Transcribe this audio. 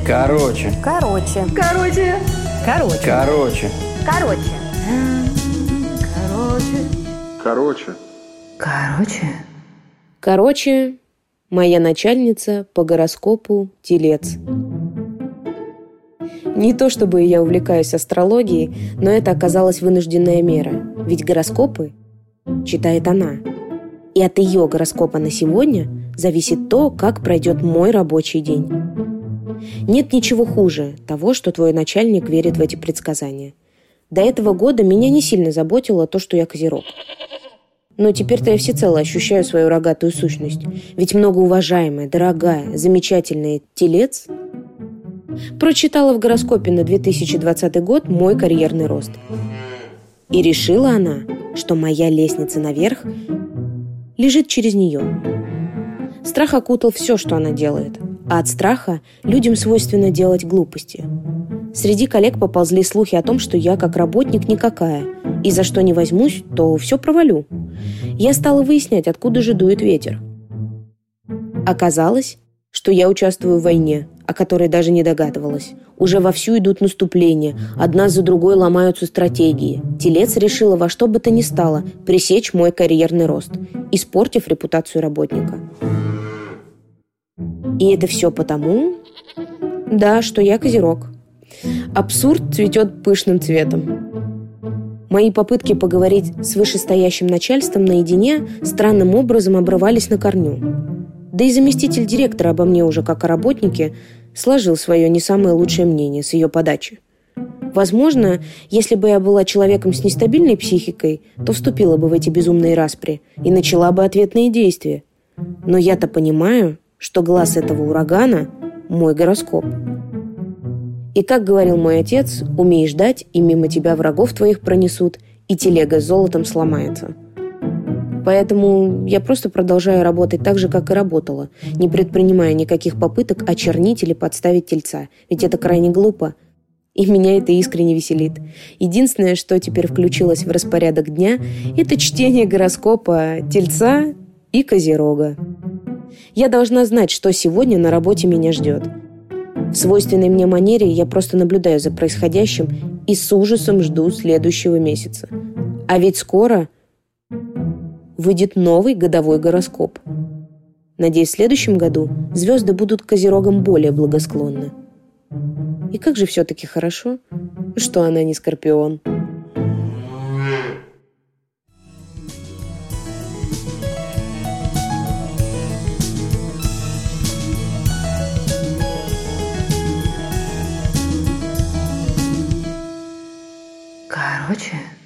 Короче. Короче. Короче. Короче. Короче. Короче. Короче. Короче. Короче, моя начальница по гороскопу Телец. Не то чтобы я увлекаюсь астрологией, но это оказалась вынужденная мера. Ведь гороскопы читает она. И от ее гороскопа на сегодня зависит то, как пройдет мой рабочий день. Нет ничего хуже того, что твой начальник верит в эти предсказания. До этого года меня не сильно заботило то, что я козерог. Но теперь-то я всецело ощущаю свою рогатую сущность. Ведь многоуважаемая, дорогая, замечательная Телец прочитала в гороскопе на 2020 год мой карьерный рост. И решила она, что моя лестница наверх лежит через нее. Страх окутал все, что она делает. А от страха людям свойственно делать глупости. Среди коллег поползли слухи о том, что я как работник никакая, и за что не возьмусь, то все провалю. Я стала выяснять, откуда же дует ветер. Оказалось, что я участвую в войне, о которой даже не догадывалась. Уже вовсю идут наступления, одна за другой ломаются стратегии. Телец решила во что бы то ни стало пресечь мой карьерный рост, испортив репутацию работника. И это все потому, да, что я козерог. Абсурд цветет пышным цветом. Мои попытки поговорить с вышестоящим начальством наедине странным образом обрывались на корню. Да и заместитель директора обо мне уже как о работнике сложил свое не самое лучшее мнение с ее подачи. Возможно, если бы я была человеком с нестабильной психикой, то вступила бы в эти безумные распри и начала бы ответные действия. Но я-то понимаю, что глаз этого урагана – мой гороскоп. И, как говорил мой отец, умей ждать, и мимо тебя врагов твоих пронесут, и телега с золотом сломается. Поэтому я просто продолжаю работать так же, как и работала, не предпринимая никаких попыток очернить или подставить тельца, ведь это крайне глупо. И меня это искренне веселит. Единственное, что теперь включилось в распорядок дня, это чтение гороскопа тельца и козерога. Я должна знать, что сегодня на работе меня ждет. В свойственной мне манере я просто наблюдаю за происходящим и с ужасом жду следующего месяца. А ведь скоро выйдет новый годовой гороскоп. Надеюсь, в следующем году звезды будут к козерогам более благосклонны. И как же все-таки хорошо, что она не скорпион. Короче.